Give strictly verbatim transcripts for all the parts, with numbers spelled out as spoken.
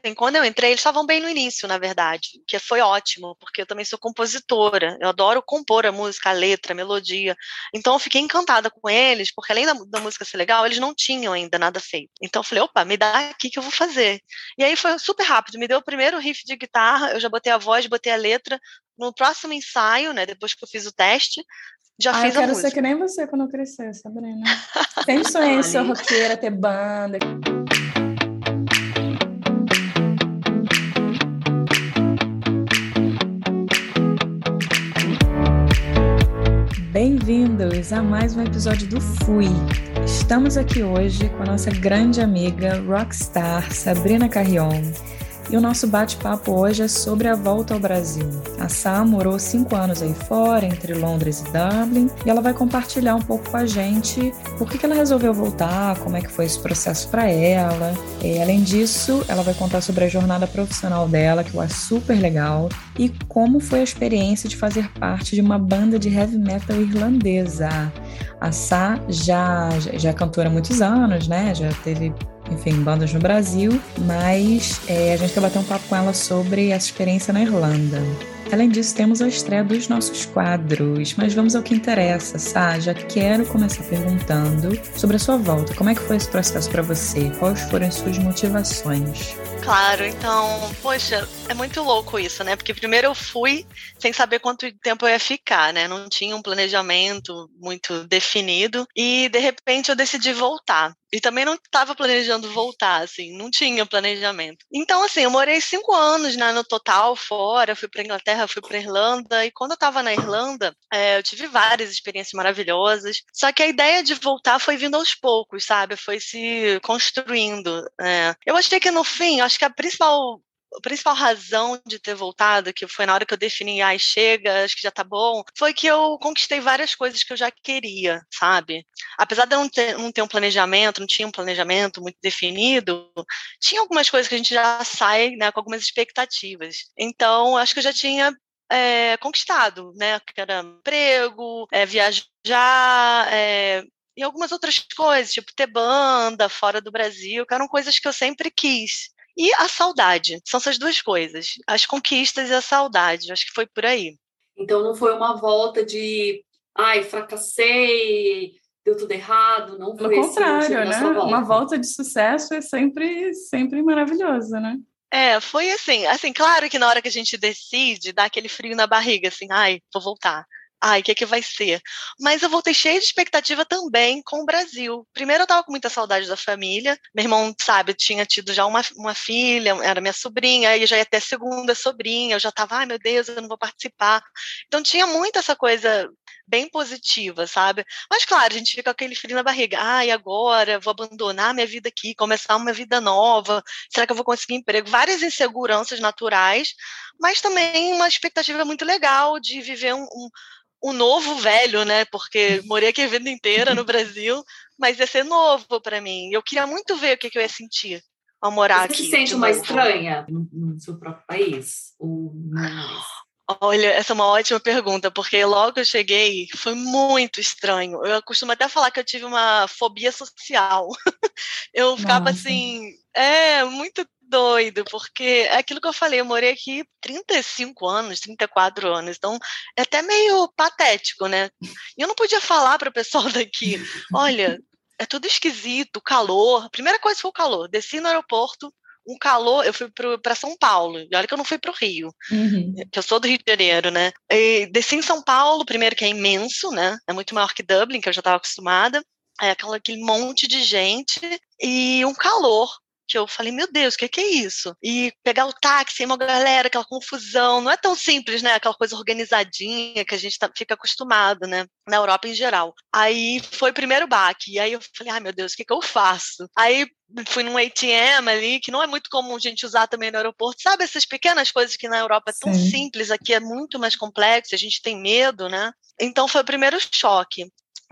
quando eu entrei, eles estavam bem no início, na verdade, que foi ótimo, porque eu também sou compositora, eu adoro compor a música, a letra, a melodia, então eu fiquei encantada com eles, porque além da, da música ser legal, eles não tinham ainda nada feito. Então eu falei, opa, me dá aqui que eu vou fazer. E aí foi super rápido, me deu o primeiro riff de guitarra, eu já botei a voz, botei a letra, no próximo ensaio, né, depois que eu fiz o teste, já Ah, eu fiz a quero ser música. que nem você quando eu crescer, Sabrina. Sempre sonhei em ser roqueira, ter banda. Bem-vindos a mais um episódio do Fui. Estamos aqui hoje com a nossa grande amiga rockstar Sabrina Carrion. E o nosso bate-papo hoje é sobre a volta ao Brasil. A Sá morou cinco anos aí fora, entre Londres e Dublin, e ela vai compartilhar um pouco com a gente por que que ela resolveu voltar, como é que foi esse processo para ela. E, além disso, ela vai contar sobre a jornada profissional dela, que eu acho super legal, e como foi a experiência de fazer parte de uma banda de heavy metal irlandesa. A Sá já, já é cantora há muitos anos, né? Já teve, enfim, bandas no Brasil, mas é, a gente quer bater um papo com ela sobre essa experiência na Irlanda. Além disso, temos a estreia dos nossos quadros, mas vamos ao que interessa, Sá. Já quero começar perguntando sobre a sua volta. Como é que foi esse processo para você? Quais foram as suas motivações? Claro, então, poxa, é muito louco isso, né? Porque primeiro eu fui sem saber quanto tempo eu ia ficar, né? Não tinha um planejamento muito definido e, de repente, eu decidi voltar. E também não estava planejando voltar, assim, não tinha planejamento. Então, assim, eu morei cinco anos, né, no total, fora, fui para Inglaterra, fui para Irlanda, e quando eu estava na Irlanda, é, eu tive várias experiências maravilhosas, só que a ideia de voltar foi vindo aos poucos, sabe? Foi se construindo. É. Eu achei que, no fim, acho que a principal... A principal razão de ter voltado, que foi na hora que eu defini, ai, chega, acho que já tá bom, foi que eu conquistei várias coisas que eu já queria, sabe? Apesar de eu não ter, não ter um planejamento, não tinha um planejamento muito definido, tinha algumas coisas que a gente já sai, né, com algumas expectativas. Então, acho que eu já tinha é, conquistado, né, que era emprego, é, viajar, é, e algumas outras coisas, tipo ter banda fora do Brasil, que eram coisas que eu sempre quis. E a saudade, são essas duas coisas, as conquistas e a saudade, acho que foi por aí. Então não foi uma volta de, ai, fracassei, deu tudo errado, não Pelo foi contrário, assim, né? volta. Uma volta de sucesso é sempre, sempre maravilhosa, né? É, foi assim, assim, claro que na hora que a gente decide, dá aquele frio na barriga, assim, ai, vou voltar. Ai, o que é que vai ser? Mas eu voltei cheia de expectativa também com o Brasil. Primeiro eu tava com muita saudade da família. Meu irmão, sabe, tinha tido já uma, uma filha, era minha sobrinha, aí já ia ter a segunda sobrinha, eu já tava, ai meu Deus, eu não vou participar. Então tinha muito essa coisa bem positiva, sabe? Mas claro, a gente fica com aquele frio na barriga. Ai, agora vou abandonar minha vida aqui, começar uma vida nova. Será que eu vou conseguir emprego? Várias inseguranças naturais, mas também uma expectativa muito legal de viver um, um um novo velho, né? Porque morei aqui a vida inteira no Brasil, mas ia ser novo para mim. Eu queria muito ver o que, que eu ia sentir ao morar Você aqui se sente de uma novo. estranha no, no seu próprio país? Ou não mais? Olha, essa é uma ótima pergunta, porque logo que eu cheguei foi muito estranho. Eu costumo até falar que eu tive uma fobia social. Eu ficava Nossa. assim, é, muito doido, porque é aquilo que eu falei, eu morei aqui trinta e cinco anos, trinta e quatro anos, então é até meio patético, né? E eu não podia falar para o pessoal daqui, olha, é tudo esquisito, calor. A primeira coisa foi o calor. Desci no aeroporto, um calor, eu fui para São Paulo, e olha que eu não fui para o Rio, Uhum. que eu sou do Rio de Janeiro, né? E desci em São Paulo, primeiro que é imenso, né? É muito maior que Dublin, que eu já estava acostumada. É aquela, aquele monte de gente e um calor, que eu falei, meu Deus, o que, que é isso? E pegar o táxi, uma galera, aquela confusão, não é tão simples, né? Aquela coisa organizadinha que a gente tá, fica acostumado, né? Na Europa em geral. Aí foi o primeiro baque, e aí eu falei, ai meu Deus, o que, que eu faço? Aí fui num A T M ali, que não é muito comum a gente usar também no aeroporto, sabe essas pequenas coisas que na Europa é tão Sim. simples, aqui é muito mais complexo, a gente tem medo, né? Então foi o primeiro choque.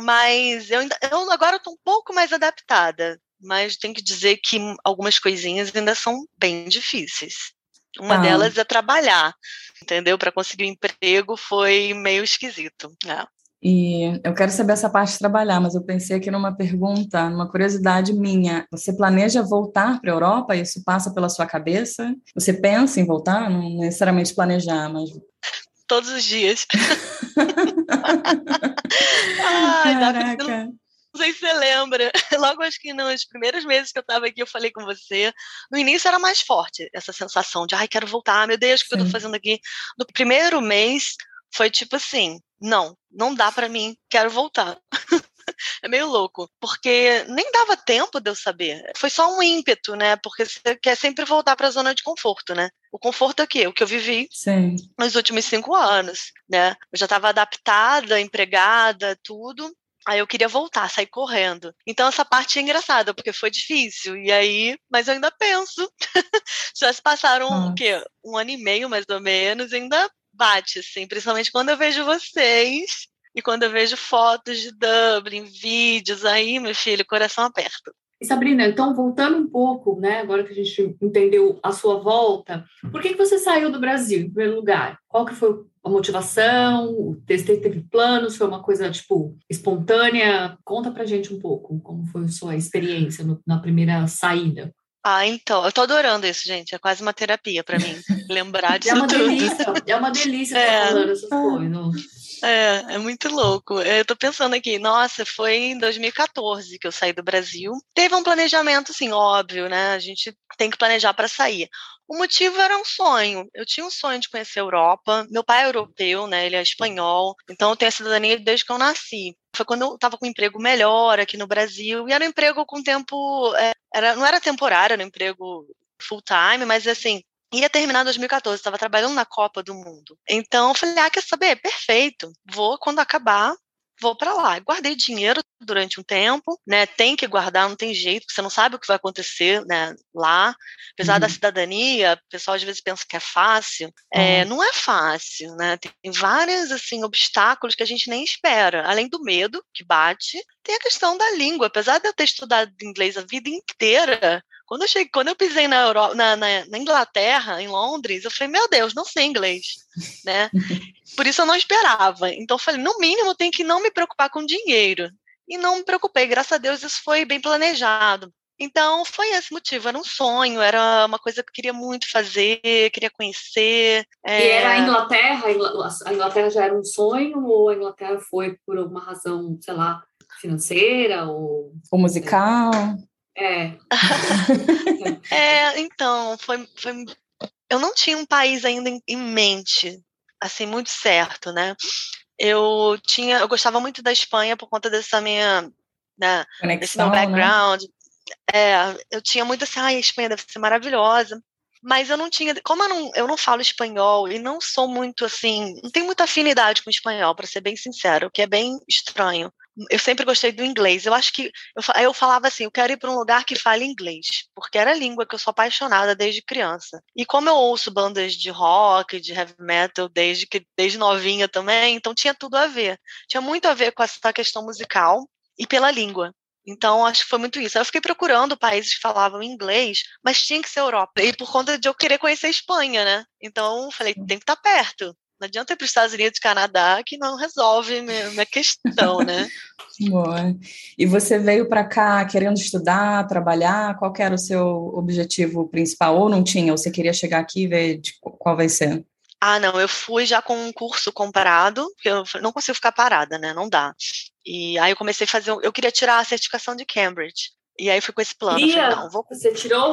Mas eu, ainda, eu agora estou um pouco mais adaptada, mas tenho que dizer que algumas coisinhas ainda são bem difíceis. Uma Ah. delas é trabalhar, entendeu? Para conseguir um emprego foi meio esquisito. É. E eu quero saber essa parte de trabalhar, mas eu pensei aqui numa pergunta, numa curiosidade minha. Você planeja voltar para a Europa? Isso passa pela sua cabeça? Você pensa em voltar? Não necessariamente planejar, mas... Todos os dias. Ai, dá pra... Caraca! Não sei se você lembra, logo acho que nos primeiros meses que eu estava aqui, eu falei com você, no início era mais forte essa sensação de, ai, quero voltar, meu Deus, o que eu tô fazendo aqui? No primeiro mês, foi tipo assim, não, não dá pra mim, quero voltar. É meio louco, porque nem dava tempo de eu saber, foi só um ímpeto, né, porque você quer sempre voltar pra zona de conforto, né? O conforto é o quê? O que eu vivi Sim. nos últimos cinco anos, né? Eu já estava adaptada, empregada, tudo. Aí eu queria voltar, sair correndo. Então essa parte é engraçada, porque foi difícil. E aí, mas eu ainda penso. Já se passaram, Nossa. o quê? Um ano e meio, mais ou menos, e ainda bate, assim. Principalmente quando eu vejo vocês e quando eu vejo fotos de Dublin, vídeos, aí, meu filho, o coração aperta. E Sabrina, então voltando um pouco, né, agora que a gente entendeu a sua volta, por que que você saiu do Brasil, em primeiro lugar? Qual que foi a motivação? Teve, teve planos? Foi uma coisa, tipo, espontânea? Conta pra gente um pouco como foi a sua experiência no, na primeira saída. Ah, então, eu tô adorando isso, gente. É quase uma terapia pra mim, lembrar disso É uma tudo. delícia, é uma delícia estar É. falando essas coisas. É, é muito louco. Eu tô pensando aqui, nossa, foi em dois mil e quatorze que eu saí do Brasil. Teve um planejamento, assim, óbvio, né? A gente tem que planejar para sair. O motivo era um sonho. Eu tinha um sonho de conhecer a Europa. Meu pai é europeu, né? Ele é espanhol. Então eu tenho a cidadania desde que eu nasci. Foi quando eu estava com um emprego melhor aqui no Brasil. E era um emprego com tempo... É, era, não era temporário, era um emprego full time, mas assim... Ia terminar em dois mil e quatorze, estava trabalhando na Copa do Mundo. Então, eu falei, ah, quer saber? Perfeito. Vou, quando acabar, vou para lá. Guardei dinheiro durante um tempo, né? Tem que guardar, não tem jeito, porque você não sabe o que vai acontecer, né, lá. Apesar uhum. da cidadania, o pessoal às vezes pensa que é fácil. É, uhum. Não é fácil, né? Tem vários, assim, obstáculos que a gente nem espera. Além do medo que bate, tem a questão da língua. Apesar de eu ter estudado inglês a vida inteira, Quando eu, cheguei, quando eu pisei na, Euro, na, na, na Inglaterra, em Londres, eu falei, meu Deus, não sei inglês, né? Por isso eu não esperava. Então eu falei, no mínimo, eu tenho que não me preocupar com dinheiro. E não me preocupei, graças a Deus isso foi bem planejado. Então foi esse motivo, era um sonho, era uma coisa que eu queria muito fazer, queria conhecer. É... E era a Inglaterra? A Inglaterra já era um sonho ou a Inglaterra foi por alguma razão, sei lá, financeira ou... Ou musical... É. é, então, foi, foi... Eu não tinha um país ainda em, em mente, assim, muito certo, né? Eu tinha, eu gostava muito da Espanha por conta dessa minha, né, Conexão, desse meu background. Né? É, eu tinha muito assim, ah, a Espanha deve ser maravilhosa. Mas eu não tinha, como eu não, eu não falo espanhol e não sou muito assim, não tenho muita afinidade com o espanhol, para ser bem sincero, o que é bem estranho. Eu sempre gostei do inglês. Eu acho que eu, eu falava assim, eu quero ir para um lugar que fale inglês, porque era a língua que eu sou apaixonada desde criança. E como eu ouço bandas de rock, de heavy metal desde que desde novinha também, então tinha tudo a ver. Tinha muito a ver com essa questão musical e pela língua. Então, acho que foi muito isso. Eu fiquei procurando países que falavam inglês, mas tinha que ser Europa. E por conta de eu querer conhecer a Espanha, né? Então, falei, tem que estar perto. Não adianta ir para os Estados Unidos e Canadá, que não resolve minha, minha questão, né? Boa. E você veio para cá querendo estudar, trabalhar? Qual que era o seu objetivo principal? Ou não tinha? Ou você queria chegar aqui e ver de qual vai ser? Ah, não, eu fui já com um curso comprado, porque eu não consigo ficar parada, né? Não dá. E aí eu comecei a fazer, eu queria tirar a certificação de Cambridge. E aí fui com esse plano. Ia, eu falei, não, vou... Você tirou?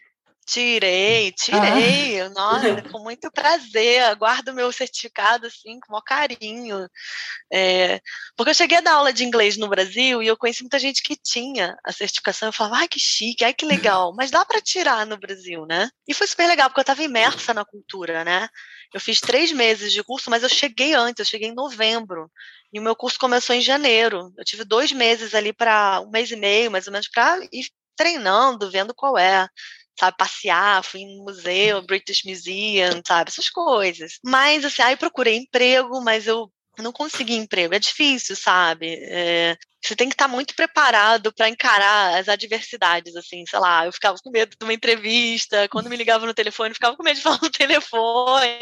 Tirei, tirei. Ah. Nossa, com muito prazer. Guardo meu certificado, assim, com o maior carinho. É, porque eu cheguei a dar aula de inglês no Brasil e eu conheci muita gente que tinha a certificação. Eu falava, ai, que chique, ai, que legal. Mas dá para tirar no Brasil, né? E foi super legal, porque eu estava imersa na cultura, né? Eu fiz três meses de curso, mas eu cheguei antes, eu cheguei em novembro. E o meu curso começou em janeiro. Eu tive dois meses ali para, um mês e meio, mais ou menos, para ir treinando, vendo qual é. Sabe, passear, fui no museu, British Museum, sabe, essas coisas. Mas, assim, aí procurei emprego, mas eu não consegui emprego. É difícil, sabe? É, você tem que estar muito preparado para encarar as adversidades, assim, sei lá, eu ficava com medo de uma entrevista, quando me ligava no telefone, eu ficava com medo de falar no telefone.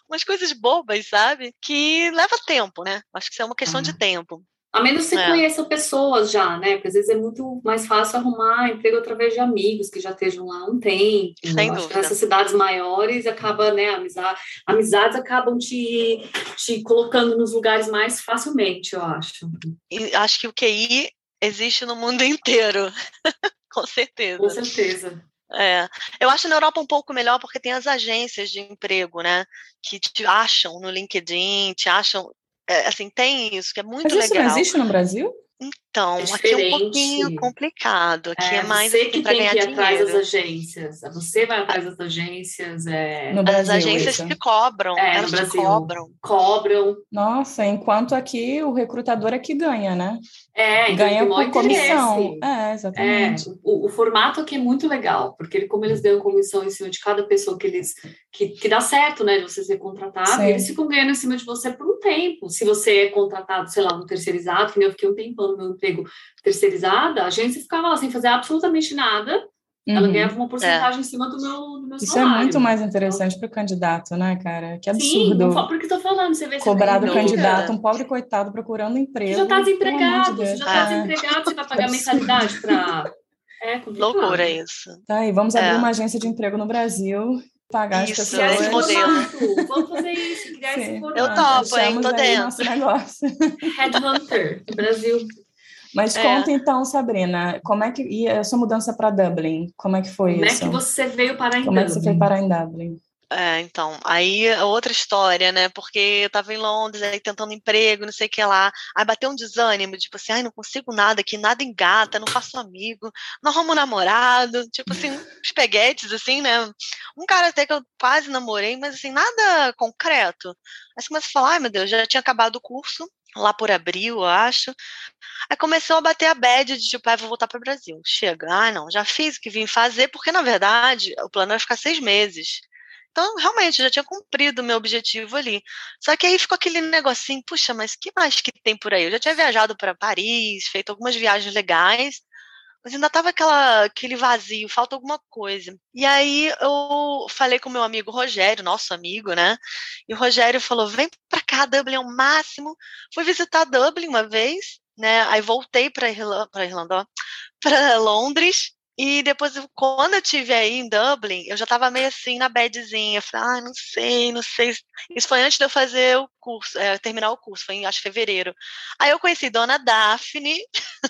umas coisas bobas, sabe? Que leva tempo, né? Acho que isso é uma questão ah. de tempo. A menos que você é. conheça pessoas já, né? Porque às vezes é muito mais fácil arrumar emprego através de amigos que já estejam lá há um tempo. Sem Eu dúvida. Acho que nessas cidades maiores acaba, né? Amizade, amizades acabam te, te colocando nos lugares mais facilmente, eu acho. E acho que o Q I existe no mundo inteiro. Com certeza. Com certeza. É, eu acho na Europa um pouco melhor porque tem as agências de emprego, né, que te acham no LinkedIn, te acham, é, assim, tem isso que é muito legal. Mas isso legal. não existe no Brasil? Então, é aqui é um pouquinho complicado, aqui é, é mais você assim, que para tem ganhar que ir dinheiro. atrás das agências, você vai atrás das agências. É... No Brasil, as agências isso. te cobram, é, elas no Brasil, te cobram. Cobram. Nossa, enquanto aqui o recrutador é que ganha, né? É, ganha então por comissão. É, exatamente. É, o, o formato aqui é muito legal, porque como eles ganham comissão em cima de cada pessoa que eles que, que dá certo, né, de você ser contratado, e eles ficam ganhando em cima de você por um tempo. Se você é contratado, sei lá, no terceirizado, que nem eu fiquei um tempão no meu emprego terceirizada, a agência ficava lá sem fazer absolutamente nada. Ela uhum. ganhava uma porcentagem é. em cima do meu, do meu Isso salário. Isso é muito mais interessante então, para o candidato, né, cara? Que absurdo. Sim, porque estou falando, você vê... Cobrar você do candidato, um pobre coitado procurando emprego. Você já está desempregado, de você já está é. desempregado, você vai pagar mensalidade para... É complicado. Loucura isso. Tá, e vamos é. abrir uma agência de emprego no Brasil, pagar isso, as pessoas. Esse modelo. Vamos fazer isso, criar Sim. esse formato. Eu topo, hein, tô dentro. Nosso negócio. Headhunter, Brasil. Mas é. conta então, Sabrina, como é que e a sua mudança para Dublin? Como é que foi como isso? Como é que você veio parar em como Dublin? Como é que você foi parar em Dublin? É, então, aí é outra história, né, porque eu tava em Londres, aí tentando emprego, não sei o que lá, aí bateu um desânimo, tipo assim, ai, não consigo nada aqui, nada engata, não faço amigo, não arrumo namorado, tipo assim, uns peguetes, assim, né, um cara até que eu quase namorei, mas assim, nada concreto. Aí você começa a falar, ai meu Deus, já tinha acabado o curso, lá por abril, eu acho, aí começou a bater a bad de tipo, ai, vou voltar para o Brasil, chega, ai não, já fiz o que vim fazer, porque na verdade, o plano era ficar seis meses, então, realmente, já tinha cumprido o meu objetivo ali. Só que aí ficou aquele negocinho, puxa, mas que mais que tem por aí? Eu já tinha viajado para Paris, feito algumas viagens legais, mas ainda estava aquele vazio, falta alguma coisa. E aí eu falei com o meu amigo Rogério, nosso amigo, né? E o Rogério falou, vem para cá, Dublin é o máximo. Fui visitar Dublin uma vez, né? Aí voltei para Irlanda, para Irlanda, para Londres. E depois, quando eu estive aí em Dublin, eu já estava meio assim na badzinha. Falei, ah, não sei, não sei. Isso foi antes de eu fazer o curso, é, terminar o curso, foi em, acho, fevereiro. Aí eu conheci Dona Daphne,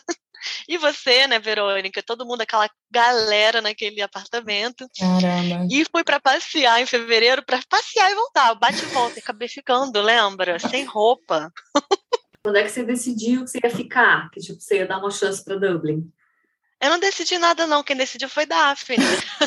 e você, né, Verônica? Todo mundo, aquela galera naquele apartamento. Caramba. E fui para passear em fevereiro, para passear e voltar. Bate e volta, e acabei ficando, lembra? Sem roupa. Quando é que você decidiu que você ia ficar? Que tipo, você ia dar uma chance para Dublin? Eu não decidi nada, não. Quem decidiu foi Daphne.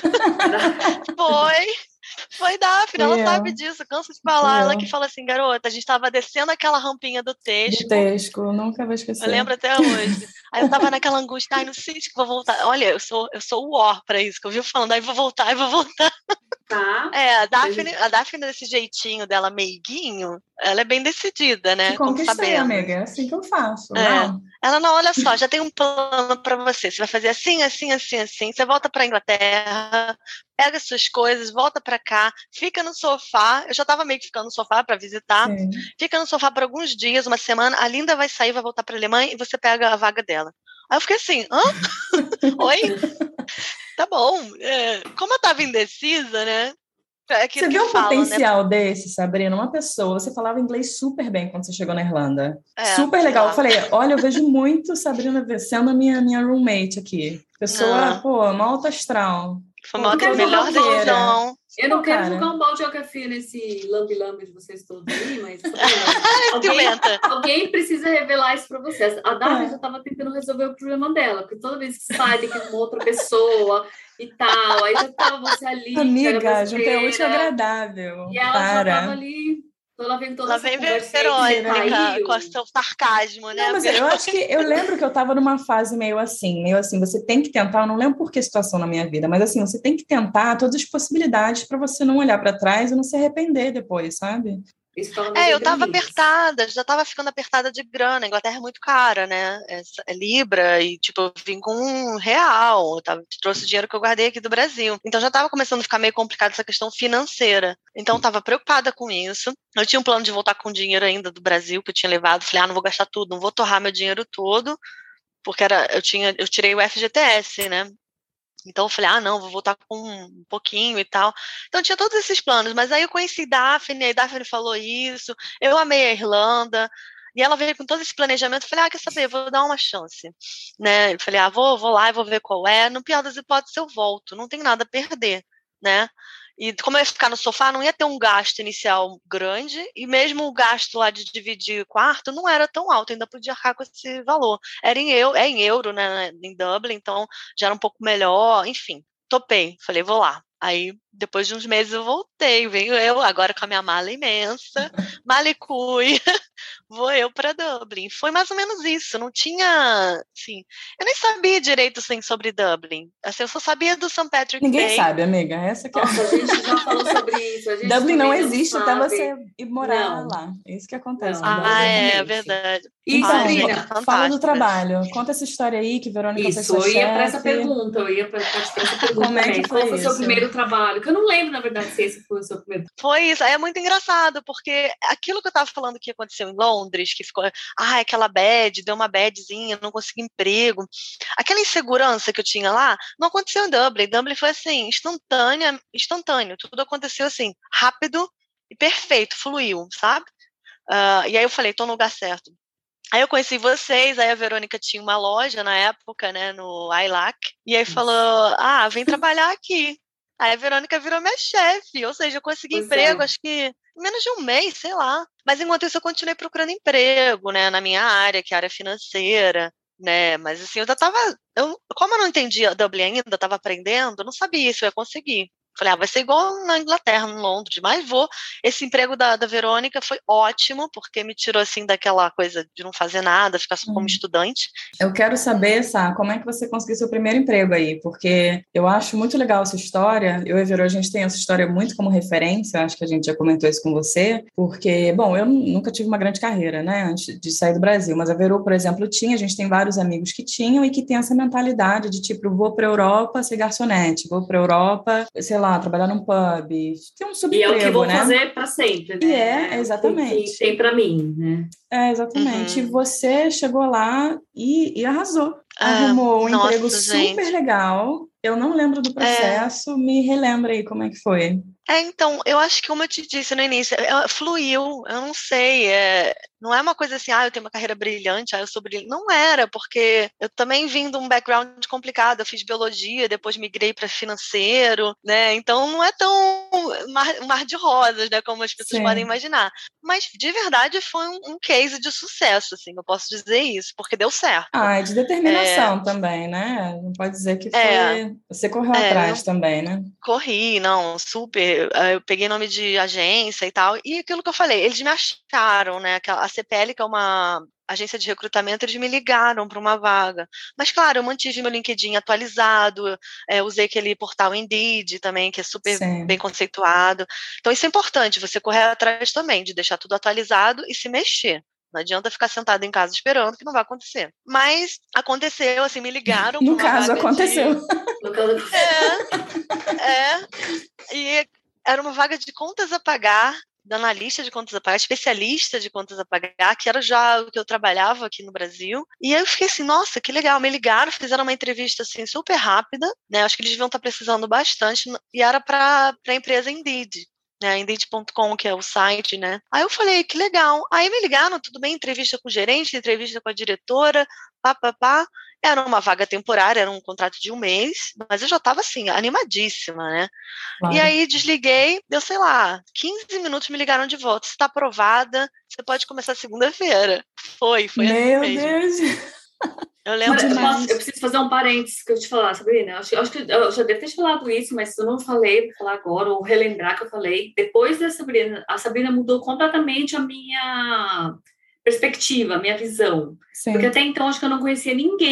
foi. Foi Daphne, ela eu. sabe disso, canso de falar. Eu. Ela que fala assim, garota, a gente tava descendo aquela rampinha do Tesco. Do Tesco, nunca vou esquecer. Eu lembro até hoje. Aí eu tava naquela angústia, ai, não sei se vou voltar. Olha, eu sou, eu sou o ó pra isso, que eu vi falando, ai, vou voltar, ai, vou voltar. Tá. É, a Daphne, a Daphne, desse jeitinho dela, meiguinho, ela é bem decidida, né? Te conquistei, amiga, é assim que eu faço. É. Não. Ela, não, olha só, já tem um plano para você. Você vai fazer assim, assim, assim, assim. Você volta para a Inglaterra, pega suas coisas, volta para cá, fica no sofá. Eu já estava meio que ficando no sofá para visitar. Sim. Fica no sofá por alguns dias, uma semana. A Linda vai sair, vai voltar para a Alemanha e você pega a vaga dela. Aí eu fiquei assim, hã? Oi? Tá bom. É, como eu estava indecisa, né? É você viu um fala, potencial né? desse, Sabrina? Uma pessoa, você falava inglês super bem quando você chegou na Irlanda. É, super legal. lá. Eu falei, olha, eu vejo muito Sabrina sendo a minha, minha roommate aqui. Pessoa, ah. pô, uma alta astral. Foi uma outra melhor decisão. Eu não Pô, quero cara. jogar um balde de geografia nesse lambe-lambe de vocês todos aí, mas alguém, alguém precisa revelar isso para vocês. A Daphne é. já estava tentando resolver o problema dela, porque toda vez que sai tem que uma outra pessoa e tal, aí já estava você ali. Amiga, juntei o útil agradável. E ela Para. já estava ali. Ela vem toda ela essa vem conversa Verônica com o seu sarcasmo, né? Não, mas eu acho que eu lembro que eu estava numa fase meio assim, meio assim, você tem que tentar, eu não lembro por que situação na minha vida, mas assim, você tem que tentar todas as possibilidades para você não olhar para trás e não se arrepender depois, sabe? Isso tava é, eu tava apertada, já tava ficando apertada de grana. A Inglaterra é muito cara, né? É, é Libra e, tipo, eu vim com um real. Eu tava, trouxe o dinheiro que eu guardei aqui do Brasil. Então já tava começando a ficar meio complicada essa questão financeira. Então eu tava preocupada com isso. Eu tinha um plano de voltar com dinheiro ainda do Brasil que eu tinha levado. Falei, ah, não vou gastar tudo, não vou torrar meu dinheiro todo, porque era, eu tinha, eu tirei o F G T S, né? Então eu falei, ah, não, vou voltar com um pouquinho e tal. Então tinha todos esses planos, mas aí eu conheci Daphne, a Daphne falou isso, eu amei a Irlanda, e ela veio com todo esse planejamento, eu falei, ah, quer saber, vou dar uma chance, né? Eu falei, ah, vou, vou lá e vou ver qual é, no pior das hipóteses eu volto, não tem nada a perder, né? E como eu ia ficar no sofá, não ia ter um gasto inicial grande, e mesmo o gasto lá de dividir quarto não era tão alto, ainda podia arcar com esse valor. Era em euro, é em euro, né, em Dublin, então já era um pouco melhor, enfim. Topei, falei, vou lá. Aí, depois de uns meses, eu voltei, venho eu, agora com a minha mala imensa, malicui, vou eu para Dublin. Foi mais ou menos isso, não tinha, assim, eu nem sabia direito, assim, sobre Dublin. Assim, eu só sabia do Saint Patrick's Ninguém Day. sabe, amiga, essa que Nossa, é... a gente já falou sobre isso. A gente Dublin não não existe sabe. até você ir morar não. lá. É isso que acontece. Não, Ah, exatamente. é verdade. Então, Ai, gente, é fala do fantástico. trabalho. Conta essa história aí, que Verônica foi Isso, sua eu ia para essa chefe. pergunta, eu ia para essa pergunta Como é também. que foi Qual foi o seu isso? primeiro trabalho? Que eu não lembro, na verdade, se esse foi o seu primeiro. Foi isso, é muito engraçado, porque aquilo que eu estava falando que aconteceu em Londres, que ficou, ah, aquela bad, deu uma badzinha, não consegui emprego, aquela insegurança que eu tinha lá, não aconteceu em Dublin. Dublin foi assim, instantânea, instantâneo, tudo aconteceu assim, rápido e perfeito, fluiu, sabe? Uh, e aí eu falei, tô no lugar certo. Aí eu conheci vocês, aí a Verônica tinha uma loja na época, né, no I L A C, e aí falou, ah, vem trabalhar aqui. Aí a Verônica virou minha chefe, ou seja, eu consegui Pois emprego, é. acho que em menos de um mês, sei lá. Mas enquanto isso eu continuei procurando emprego, né, na minha área, que é a área financeira, né, mas assim, eu já tava, eu, como eu não entendia Dublin ainda, eu tava aprendendo, eu não sabia se eu ia conseguir. Falei, ah, vai ser igual na Inglaterra, em Londres, mas vou. Esse emprego da, da Verônica foi ótimo, porque me tirou, assim, daquela coisa de não fazer nada, ficar só como estudante. Eu quero saber, Sá, como é que você conseguiu seu primeiro emprego aí, porque eu acho muito legal essa história. Eu e a Verô, a gente tem essa história muito como referência, acho que a gente já comentou isso com você, porque, bom, eu nunca tive uma grande carreira, né, antes de sair do Brasil, mas a Verô, por exemplo, tinha, a gente tem vários amigos que tinham e que tem essa mentalidade de, tipo, vou para a Europa ser garçonete, vou para a Europa, sei lá, trabalhar num pub, ter um subemprego, E é o que vou né? fazer para sempre, né? E é, exatamente. O que tem para mim, né? É, exatamente. Uhum. E você chegou lá e, e arrasou. É, Arrumou um nossa, emprego gente. super legal. Eu não lembro do processo. É. Me relembra aí como é que foi. É, então, eu acho que, como eu te disse no início, é, fluiu, eu não sei, é, não é uma coisa assim, ah, eu tenho uma carreira brilhante, ah, eu sou brilhante. Não era, porque eu também vim de um background complicado, eu fiz biologia, depois migrei para financeiro, né, então não é tão mar, mar de rosas, né, como as pessoas Sim. podem imaginar. Mas, de verdade, foi um, um case de sucesso, assim, eu posso dizer isso, porque deu certo. Ah, e de determinação é, também, né, não pode dizer que foi... É, você correu é, atrás eu, também, né? Corri, não, super. Eu peguei nome de agência e tal. E aquilo que eu falei, eles me acharam, né? A C P L, que é uma agência de recrutamento, eles me ligaram para uma vaga. Mas, claro, eu mantive meu LinkedIn atualizado, é, usei aquele portal Indeed também, que é super Sim. bem conceituado. Então, isso é importante, você correr atrás também, de deixar tudo atualizado e se mexer. Não adianta ficar sentado em casa esperando, que não vai acontecer. Mas aconteceu, assim, me ligaram para uma caso, vaga aconteceu. de... No caso, aconteceu. É, é. E era uma vaga de contas a pagar, de analista de contas a pagar, especialista de contas a pagar, que era já o que eu trabalhava aqui no Brasil. E aí eu fiquei assim, nossa, que legal. Me ligaram, fizeram uma entrevista, assim, super rápida, né? Acho que eles deviam estar precisando bastante. E era para a empresa Indeed. Né, Indeed ponto com, que é o site, né? Aí eu falei, que legal. Aí me ligaram, tudo bem, entrevista com o gerente, entrevista com a diretora, pá, pá, pá. Era uma vaga temporária, era um contrato de um mês, mas eu já estava, assim, animadíssima, né? Claro. E aí desliguei, deu, sei lá, quinze minutos, me ligaram de volta. Você está aprovada, você pode começar segunda-feira. Foi, foi Meu assim mesmo. Deus! Eu lembro, eu, posso, eu preciso fazer um parênteses que eu te falar, Sabrina. Acho, acho que eu já devo ter te falado isso, mas se eu não falei, vou falar agora, ou relembrar que eu falei. Depois da Sabrina, a Sabrina mudou completamente a minha perspectiva, a minha visão. Sim. Porque até então acho que eu não conhecia ninguém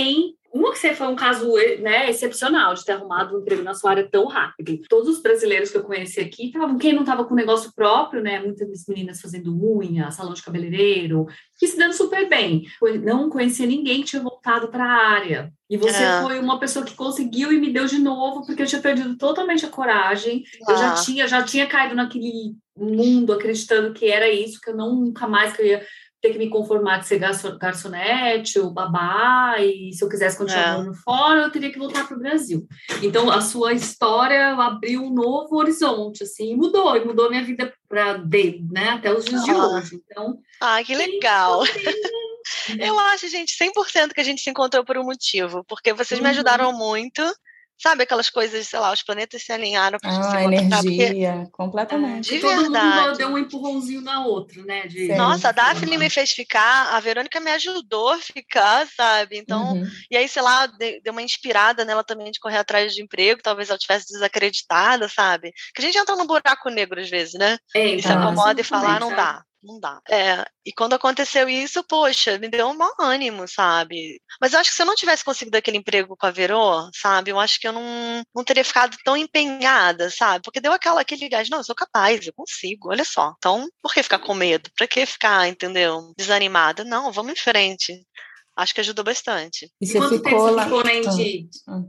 Uma que você foi um caso, né, excepcional de ter arrumado um emprego na sua área tão rápido. Todos os brasileiros que eu conheci aqui estavam, quem não estava com negócio próprio, né, muitas meninas fazendo unha, salão de cabeleireiro, que se dando super bem. Não conhecia ninguém que tinha voltado para a área. E você é. foi uma pessoa que conseguiu e me deu de novo, porque eu tinha perdido totalmente a coragem. Ah. Eu já tinha, já tinha caído naquele mundo acreditando que era isso, que eu não, nunca mais que eu ia ter que me conformar de ser garçonete ou babá, e se eu quisesse continuar é. morando fora, eu teria que voltar para o Brasil. Então, a sua história abriu um novo horizonte, assim, e mudou, e mudou a minha vida para né, até os dias ah. de hoje. Então, ah, que legal! Eu acho, gente, cem por cento que a gente se encontrou por um motivo, porque vocês uhum. me ajudaram muito. Sabe aquelas coisas, sei lá, os planetas se alinharam para ah, se energia, porque... completamente. De Todo verdade. mundo deu um empurrãozinho na outra, né? De... Nossa, a Daphne me fez ficar, a Verônica me ajudou a ficar, sabe? Então, uhum. e aí, sei lá, deu uma inspirada nela também de correr atrás de emprego, talvez ela tivesse desacreditada, sabe? Que a gente entra num buraco negro às vezes, né? É, e se acomoda e fala, ah, não dá. Não dá. É, e quando aconteceu isso, poxa, me deu um mau ânimo, sabe? Mas eu acho que se eu não tivesse conseguido aquele emprego com a Verô, sabe? Eu acho que eu não, não teria ficado tão empenhada, sabe? Porque deu aquela, aquele gás, não, eu sou capaz, eu consigo, olha só. Então, por que ficar com medo? Pra que ficar, entendeu? Desanimada? Não, vamos em frente. Acho que ajudou bastante. E, e quanto ficou tempo lá... você ficou na Indy? Ah.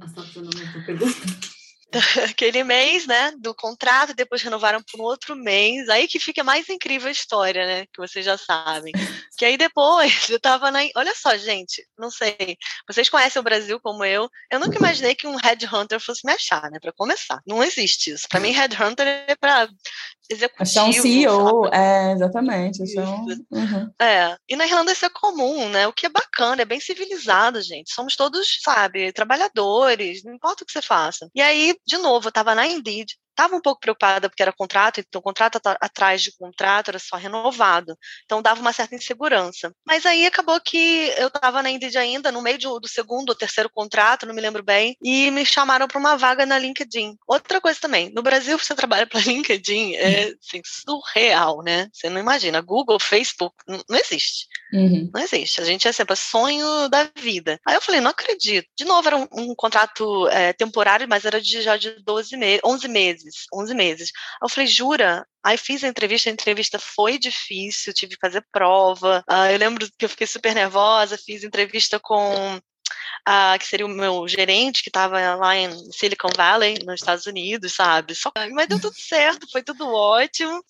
Ah. Aquele mês, né, do contrato, depois renovaram por um outro mês, aí que fica mais incrível a história, né, que vocês já sabem. Que aí depois eu tava na... Olha só, gente, não sei, vocês conhecem o Brasil como eu, eu nunca imaginei que um headhunter fosse me achar, né, pra começar. Não existe isso. Pra mim, headhunter é pra executivo. Achar um C E O, sabe? É, exatamente. Achar um... uhum. É, e na Irlanda isso é comum, né, o que é bacana, é bem civilizado, gente. Somos todos, sabe, trabalhadores, não importa o que você faça. E aí, de novo, eu estava na Indeed, estava um pouco preocupada porque era contrato, então contrato at- atrás de contrato era só renovado, então dava uma certa insegurança. Mas aí acabou que eu estava na Indeed ainda, no meio de, do segundo ou terceiro contrato, não me lembro bem, e me chamaram para uma vaga na LinkedIn. Outra coisa também, no Brasil você trabalha para LinkedIn, é assim, surreal, né? Você não imagina, Google, Facebook, não, não existe. Uhum. Não existe, a gente é sempre sonho da vida. Aí eu falei, não acredito. De novo, era um, um contrato é, temporário, mas era de, já de doze meses, onze meses, onze meses. Aí eu falei, jura? Aí fiz a entrevista, a entrevista foi difícil, tive que fazer prova. Uh, eu lembro que eu fiquei super nervosa, fiz entrevista com Uh, que seria o meu gerente, que estava lá em Silicon Valley, nos Estados Unidos, sabe? Só... Mas deu tudo certo, foi tudo ótimo.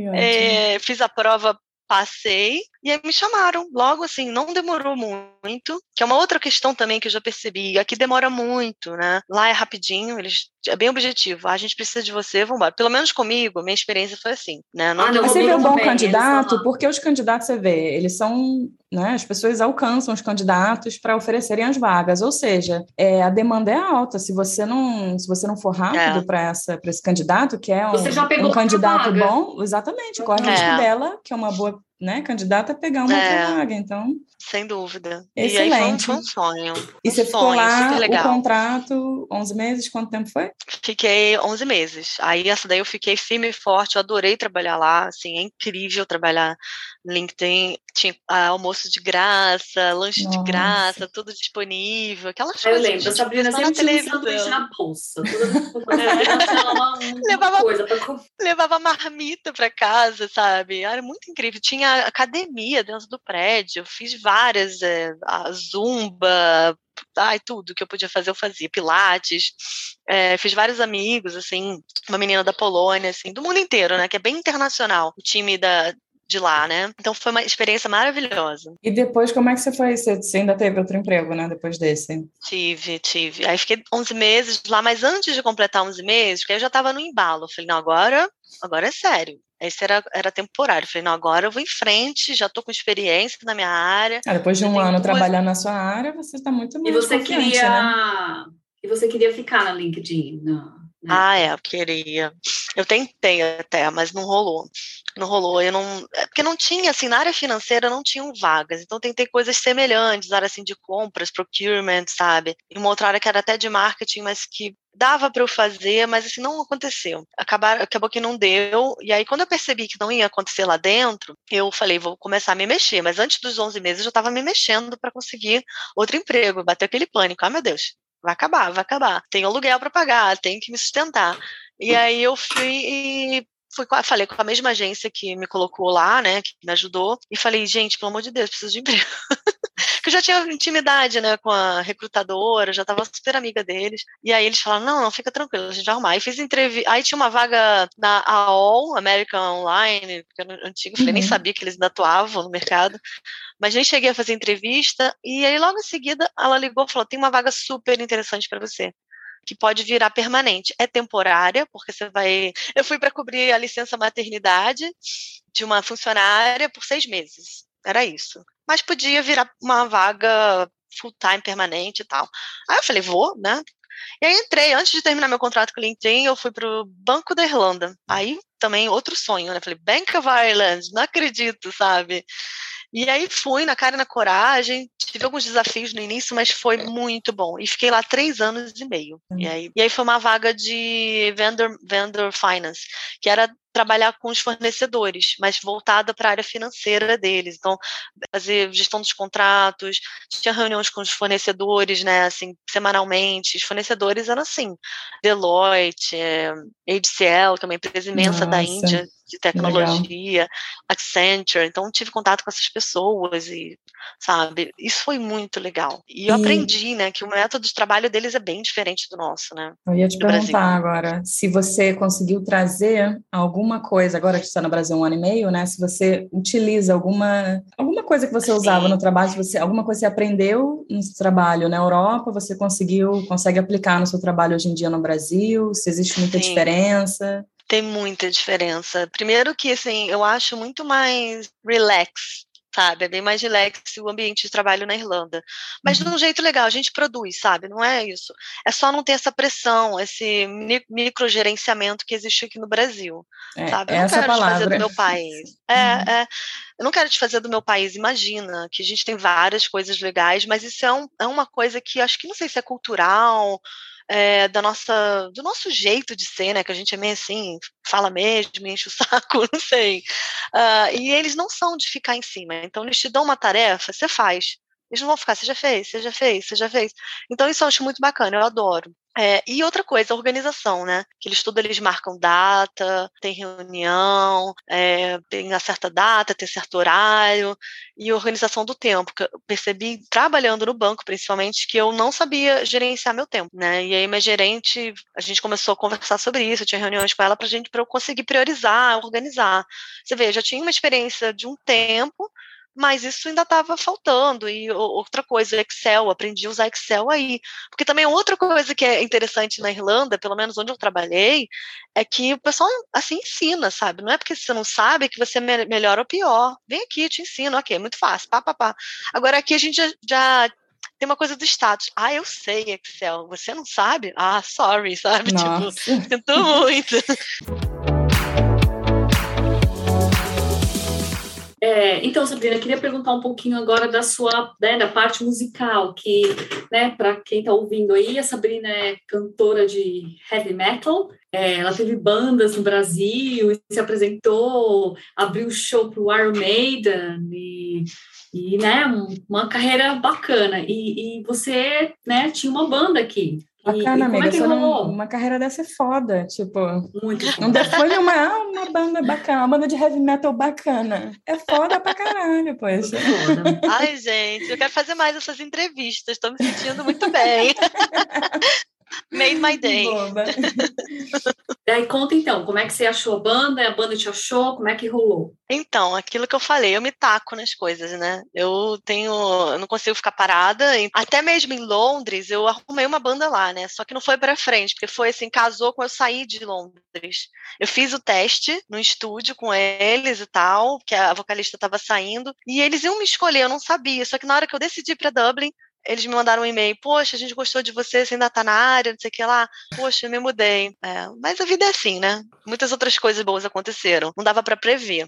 É, fiz a prova, passei, e aí me chamaram, logo assim, não demorou muito, que é uma outra questão também que eu já percebi, aqui demora muito, né? Lá é rapidinho, eles, é bem objetivo, ah, a gente precisa de você, vamos embora. Pelo menos comigo, a minha experiência foi assim, né? Não ah, não, mas você vê um bom bem, candidato, porque os candidatos, você vê, eles são, né, as pessoas alcançam os candidatos para oferecerem as vagas, ou seja, é, a demanda é alta, se você não, se você não for rápido é. para essa, para esse candidato, que é um, você já pegou um candidato vaga. Bom, exatamente, corre o risco é. dela, que é uma boa, né, candidata, a pegar uma é. outra vaga, então... Sem dúvida. Excelente. E aí foi um, foi um sonho. E um você ficou sonho, lá, super legal. O contrato, onze meses, quanto tempo foi? Fiquei onze meses. Aí essa daí eu fiquei firme e forte, eu adorei trabalhar lá, assim, é incrível trabalhar no LinkedIn. Tinha ah, almoço de graça, lanche Nossa. de graça, tudo disponível, aquelas eu coisas. Eu lembro, a Sabrina sempre tinha um sanduíche na bolsa. Toda é. uma, uma levava, coisa pra comer. Levava marmita pra casa, sabe? Era muito incrível. Tinha academia dentro do prédio, eu fiz várias, é, a zumba, ai, tudo que eu podia fazer eu fazia, pilates, é, fiz vários amigos, assim, uma menina da Polônia, assim, do mundo inteiro, né, que é bem internacional, o time da, de lá, né, então foi uma experiência maravilhosa. E depois, como é que você foi, você ainda teve outro emprego, né, depois desse? Tive, tive, aí fiquei onze meses lá, mas antes de completar onze meses, porque eu já tava no embalo, eu falei, não, agora, agora é sério. Esse era, era temporário. Falei, não, agora eu vou em frente, já estou com experiência na minha área. Ah, depois de um ano duas... trabalhando na sua área, você está muito mais e você confiante, queria... né? E você queria ficar na LinkedIn? Não. né? Ah, é, eu queria. Eu tentei até, mas não rolou. Não rolou, eu não. É porque não tinha, assim, na área financeira não tinham vagas. Então tentei coisas semelhantes, área assim de compras, procurement, sabe? E uma outra área que era até de marketing, mas que dava para eu fazer, mas assim, não aconteceu. Acabar, acabou que não deu. E aí, quando eu percebi que não ia acontecer lá dentro, eu falei, vou começar a me mexer. Mas antes dos onze meses, eu já estava me mexendo para conseguir outro emprego. Bateu aquele pânico. Ah, meu Deus. Vai acabar, vai acabar. Tenho aluguel para pagar, tenho que me sustentar. E aí eu fui e fui, falei com a mesma agência que me colocou lá, né, que me ajudou, e falei, gente, pelo amor de Deus, preciso de emprego. Porque eu já tinha intimidade, né, com a recrutadora, já estava super amiga deles. E aí eles falaram, não, não, fica tranquilo, a gente vai arrumar. Aí fiz entrevista, aí tinha uma vaga na A O L, American Online, que era antigo, falei, nem Uhum. sabia que eles ainda atuavam no mercado. Mas nem cheguei a fazer entrevista, e aí logo em seguida ela ligou e falou, tem uma vaga super interessante para você, que pode virar permanente. É temporária, porque você vai... Eu fui para cobrir a licença maternidade de uma funcionária por seis meses, era isso. Mas podia virar uma vaga full-time, permanente e tal. Aí eu falei, vou, né? E aí entrei, antes de terminar meu contrato com o LinkedIn, eu fui para o Banco da Irlanda. Aí também outro sonho, né? Falei, Bank of Ireland, não acredito, sabe? E aí fui na cara e na coragem, tive alguns desafios no início, mas foi muito bom. E fiquei lá três anos e meio. E aí, e aí foi uma vaga de vendor, vendor finance, que era trabalhar com os fornecedores, mas voltada para a área financeira deles. Então, fazer gestão dos contratos, tinha reuniões com os fornecedores, né, assim, semanalmente. Os fornecedores eram assim, Deloitte, H C L, que é uma empresa imensa da Nossa, Índia, de legal. tecnologia, Accenture, então tive contato com essas pessoas e, sabe, isso foi muito legal. E eu E aprendi, né, que o método de trabalho deles é bem diferente do nosso, né, eu ia te do Brasil. perguntar agora se você conseguiu trazer alguma coisa, agora que você está no Brasil há um ano e meio, né? Se você utiliza alguma, alguma coisa que você usava no Sim, trabalho, se você, alguma coisa que você aprendeu no seu trabalho na Europa, você conseguiu, consegue aplicar no seu trabalho hoje em dia no Brasil? Se existe muita sim. diferença? Tem muita diferença. Primeiro que, assim, eu acho muito mais relax, sabe? É bem mais relax o ambiente de trabalho na Irlanda. Mas de Uhum. um jeito legal, a gente produz, sabe? Não é isso. É só não ter essa pressão, esse microgerenciamento que existe aqui no Brasil, É, sabe? Eu não essa quero te fazer do palavra. meu país. Uhum. É, é, eu não quero te fazer do meu país. Imagina que a gente tem várias coisas legais, mas isso é, um, é uma coisa que acho que não sei se é cultural, é, da nossa, do nosso jeito de ser, né? Que a gente é meio assim, fala mesmo, enche o saco, não sei. Uh, e eles não são de ficar em cima. Então, eles te dão uma tarefa, você faz. Eles não vão ficar, você já fez, você já fez, você já fez. Então, isso eu acho muito bacana, eu adoro. É, e outra coisa, a organização, né? Que eles tudo, eles marcam data, tem reunião, é, tem a certa data, tem certo horário, e a organização do tempo, que eu percebi, trabalhando no banco, principalmente, que eu não sabia gerenciar meu tempo, né? E aí, minha gerente, a gente começou a conversar sobre isso, eu tinha reuniões com ela pra gente, para eu conseguir priorizar, organizar. Você vê, eu já tinha uma experiência de um tempo, mas isso ainda estava faltando. E outra coisa, Excel, aprendi a usar Excel aí. Porque também outra coisa que é interessante na Irlanda, pelo menos onde eu trabalhei, é que o pessoal, assim, ensina, sabe? Não é porque você não sabe que você é melhor ou pior. Vem aqui, te ensino, ok, é muito fácil, pá, pá, pá. Agora aqui a gente já, já tem uma coisa do status. Ah, eu sei Excel, você não sabe? Ah, sorry, sabe? Tipo, Nossa. sinto muito. É, então, Sabrina, eu queria perguntar um pouquinho agora da sua, né, da parte musical, que, né, para quem está ouvindo aí, a Sabrina é cantora de heavy metal, é, ela teve bandas no Brasil, se apresentou, abriu show para o Iron Maiden, e, e né, uma carreira bacana, e, e você, né, tinha uma banda aqui. E, Bacana, e como é amiga. que Só não, rolou? uma carreira dessa é foda. Tipo, Muito não bom. define uma, ah, uma banda bacana, uma banda de heavy metal bacana. É foda pra caralho, Muito poxa. foda. Ai, gente, eu quero fazer mais essas entrevistas, estou me sentindo muito bem. Made my day. Boba. Daí conta então, como é que você achou a banda? A banda te achou? Como é que rolou? Então, aquilo que eu falei, eu me taco nas coisas, né? Eu tenho, eu não consigo ficar parada. Até mesmo em Londres, eu arrumei uma banda lá, né? Só que não foi pra frente, porque foi assim, casou com eu sair de Londres. Eu fiz o teste no estúdio com eles e tal, que a vocalista estava saindo, e eles iam me escolher, eu não sabia. Só que na hora que eu decidi para Dublin, eles me mandaram um e-mail, poxa, a gente gostou de você, você ainda tá na área, não sei o que lá, poxa, eu me mudei. É, mas a vida é assim, né? Muitas outras coisas boas aconteceram, não dava para prever.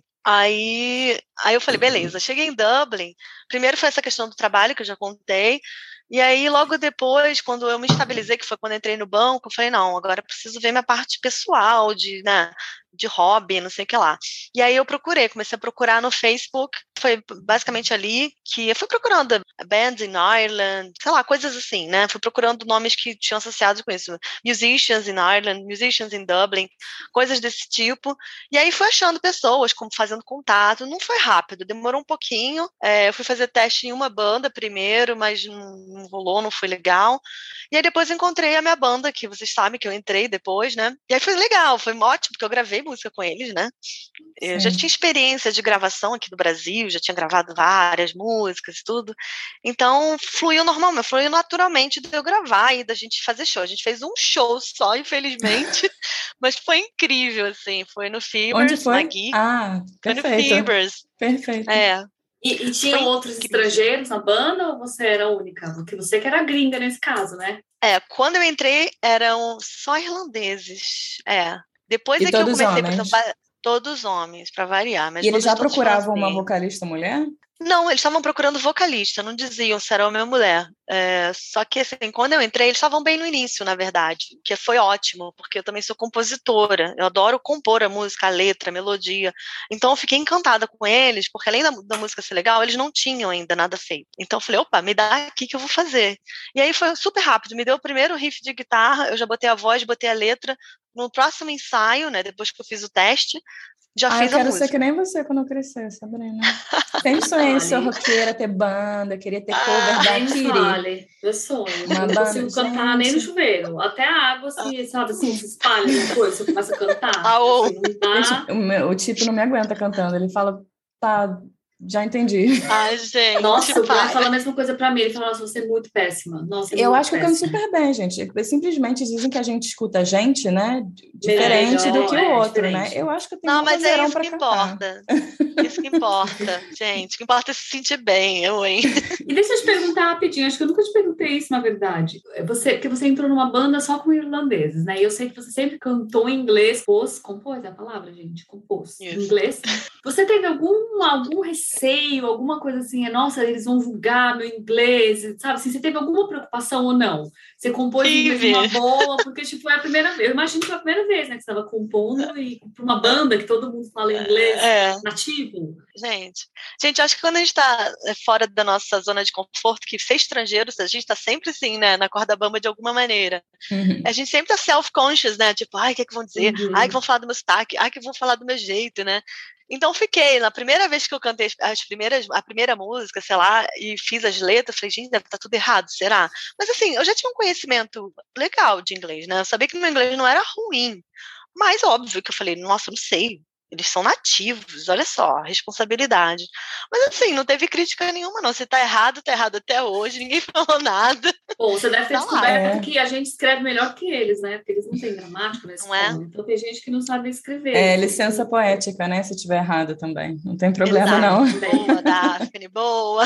Aí, aí eu falei, beleza, cheguei em Dublin, primeiro foi essa questão do trabalho que eu já contei, e aí logo depois, quando eu me estabilizei, que foi quando eu entrei no banco, eu falei, não, agora eu preciso ver minha parte pessoal, de, né, de hobby, não sei o que lá. E aí eu procurei, comecei a procurar no Facebook, foi basicamente ali que eu fui procurando bands in Ireland, sei lá, coisas assim, né, fui procurando nomes que tinham associados com isso, musicians in Ireland, musicians in Dublin, coisas desse tipo, e aí fui achando pessoas, como fazendo contato, não foi rápido, demorou um pouquinho, é, eu fui fazer teste em uma banda primeiro, mas não, não rolou, não foi legal, e aí depois encontrei a minha banda, que vocês sabem que eu entrei depois, né, e aí foi legal, foi ótimo, porque eu gravei música com eles, né, eu já tinha experiência de gravação aqui no Brasil, já tinha gravado várias músicas e tudo, então fluiu normalmente, fluiu naturalmente de eu gravar e da gente fazer show, a gente fez um show só, infelizmente, mas foi incrível, assim, foi no Fibers. Onde foi? Magui. Ah, perfeito. Foi no Fibers. Perfeito. É. E, e tinham outros incrível. Estrangeiros na banda ou você era a única? Porque você que era gringa nesse caso, né? É, quando eu entrei eram só irlandeses. É. Depois e é que eu comecei, homens. por exemplo, todos homens, para variar. Mas e eles já procuravam assim. uma vocalista mulher? Não, eles estavam procurando vocalista, não diziam se era homem ou mulher. É, só que, assim, quando eu entrei, eles estavam bem no início, na verdade, que foi ótimo, porque eu também sou compositora, eu adoro compor a música, a letra, a melodia. Então, eu fiquei encantada com eles, porque além da, da música ser legal, eles não tinham ainda nada feito. Então, eu falei, opa, me dá aqui que eu vou fazer. E aí foi super rápido, me deu o primeiro riff de guitarra, eu já botei a voz, botei a letra. No próximo ensaio, né, depois que eu fiz o teste, já ah, fiz eu a quero música. ser que nem você quando eu crescer, Sabrina. Sempre sonhei ser roqueira, ter banda, queria ter cover ah, da Kiri. Vale, meu sonho. Uma eu não banda, consigo cantar gente. Nem no chuveiro. Até a água, assim, sabe, assim, se espalha uma coisa, você começa a cantar. Ah, assim, não dá... gente, o, meu, o Tipo não me aguenta cantando. Ele fala, tá... Já entendi. Ai, gente. Nossa, o Brian fala a mesma coisa pra mim. Ele fala, nossa, você é muito péssima. Nossa, é eu muito acho péssima. que eu canto super bem, gente. Simplesmente dizem que a gente escuta a gente, né? Diferente Melhor, do que é, o outro, diferente. né? Eu acho que eu tenho Não, um mas é isso pra que cantar. importa. Isso que importa, gente. O que importa é se sentir bem, eu, hein? E deixa eu te perguntar rapidinho. Acho que eu nunca te perguntei isso, na verdade. Você, porque você entrou numa banda só com irlandeses, né? E eu sei que você sempre cantou em inglês. Compôs, compôs é a palavra, gente? Compôs. Em inglês. Você teve algum, algum receio, alguma coisa assim, é, nossa, eles vão julgar meu inglês, sabe? Assim, você teve alguma preocupação ou não? Você compôs em inglês numa boa, porque tipo, foi a primeira vez, eu imagino que foi a primeira vez, né, que você estava compondo e para uma banda que todo mundo fala inglês é. nativo. Gente, gente, acho que quando a gente está fora da nossa zona de conforto, que ser estrangeiro, a gente está sempre assim, né, na corda bamba de alguma maneira. Uhum. A gente sempre está self-conscious, né, tipo, ai, o que é que vão dizer? Uhum. Ai, que vão falar do meu sotaque? Ai, que vão falar do meu jeito, né? Então fiquei, na primeira vez que eu cantei as primeiras, a primeira música, sei lá, e fiz as letras, falei, gente, deve estar tudo errado, será? Mas assim, eu já tinha um conhecimento legal de inglês, né? Eu sabia que meu inglês não era ruim, mas óbvio que eu falei, nossa, eu não sei. Eles são nativos, olha só, a responsabilidade. Mas assim, não teve crítica nenhuma, não. Se tá errado, tá errado até hoje, ninguém falou nada. Bom, você deve ter tá descoberto é. que a gente escreve melhor que eles, né? Porque eles não têm gramática na escola. Não é? Então tem gente que não sabe escrever. É, licença poética, né? Se tiver errado também. Não tem problema, Exato. não. Boa, Daphne, boa.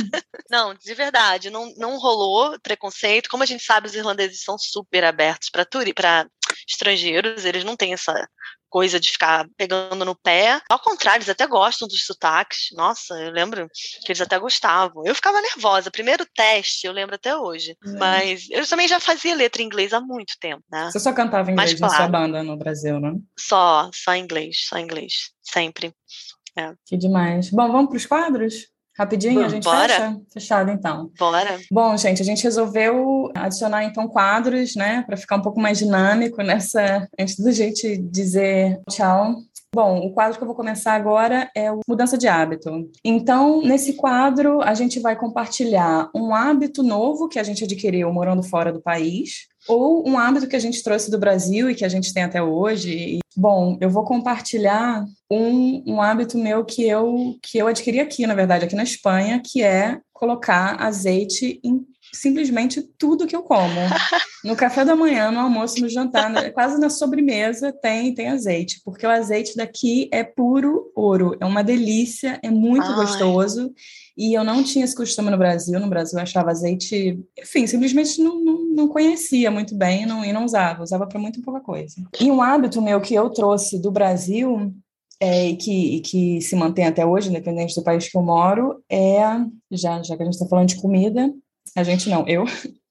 Não, de verdade, não, não rolou preconceito. Como a gente sabe, os irlandeses são super abertos para para estrangeiros, eles não têm essa coisa de ficar pegando no pé. Ao contrário, eles até gostam dos sotaques. Nossa, eu lembro que eles até gostavam. Eu ficava nervosa. Primeiro teste, eu lembro até hoje. É. Mas eu também já fazia letra em inglês há muito tempo, né? Você só cantava inglês Mas, na claro, sua banda no Brasil, não? Só, só inglês, só inglês. Sempre. É. Que demais. Bom, vamos para os quadros? Rapidinho, Bom, a gente bora? fecha? Fechado, então. Bora. Bom, gente, a gente resolveu adicionar, então, quadros, né? Para ficar um pouco mais dinâmico nessa... Antes da gente dizer tchau. Bom, o quadro que eu vou começar agora é o Mudança de Hábito. Então, nesse quadro, a gente vai compartilhar um hábito novo que a gente adquiriu morando fora do país, ou um hábito que a gente trouxe do Brasil e que a gente tem até hoje. Bom, eu vou compartilhar um, um hábito meu que eu, que eu adquiri aqui, na verdade, aqui na Espanha, que é colocar azeite em simplesmente tudo que eu como. No café da manhã, no almoço, no jantar, quase na sobremesa tem, tem azeite, porque o azeite daqui é puro ouro, é uma delícia, é muito Ai. gostoso, e eu não tinha esse costume no Brasil. No Brasil eu achava azeite, enfim, simplesmente não, não, não conhecia muito bem e não, e não usava, usava para muito pouca coisa. E um hábito meu que eu trouxe do Brasil, É, e, que, e que se mantém até hoje, independente do país que eu moro, é, já, já que a gente está falando de comida, a gente não, eu,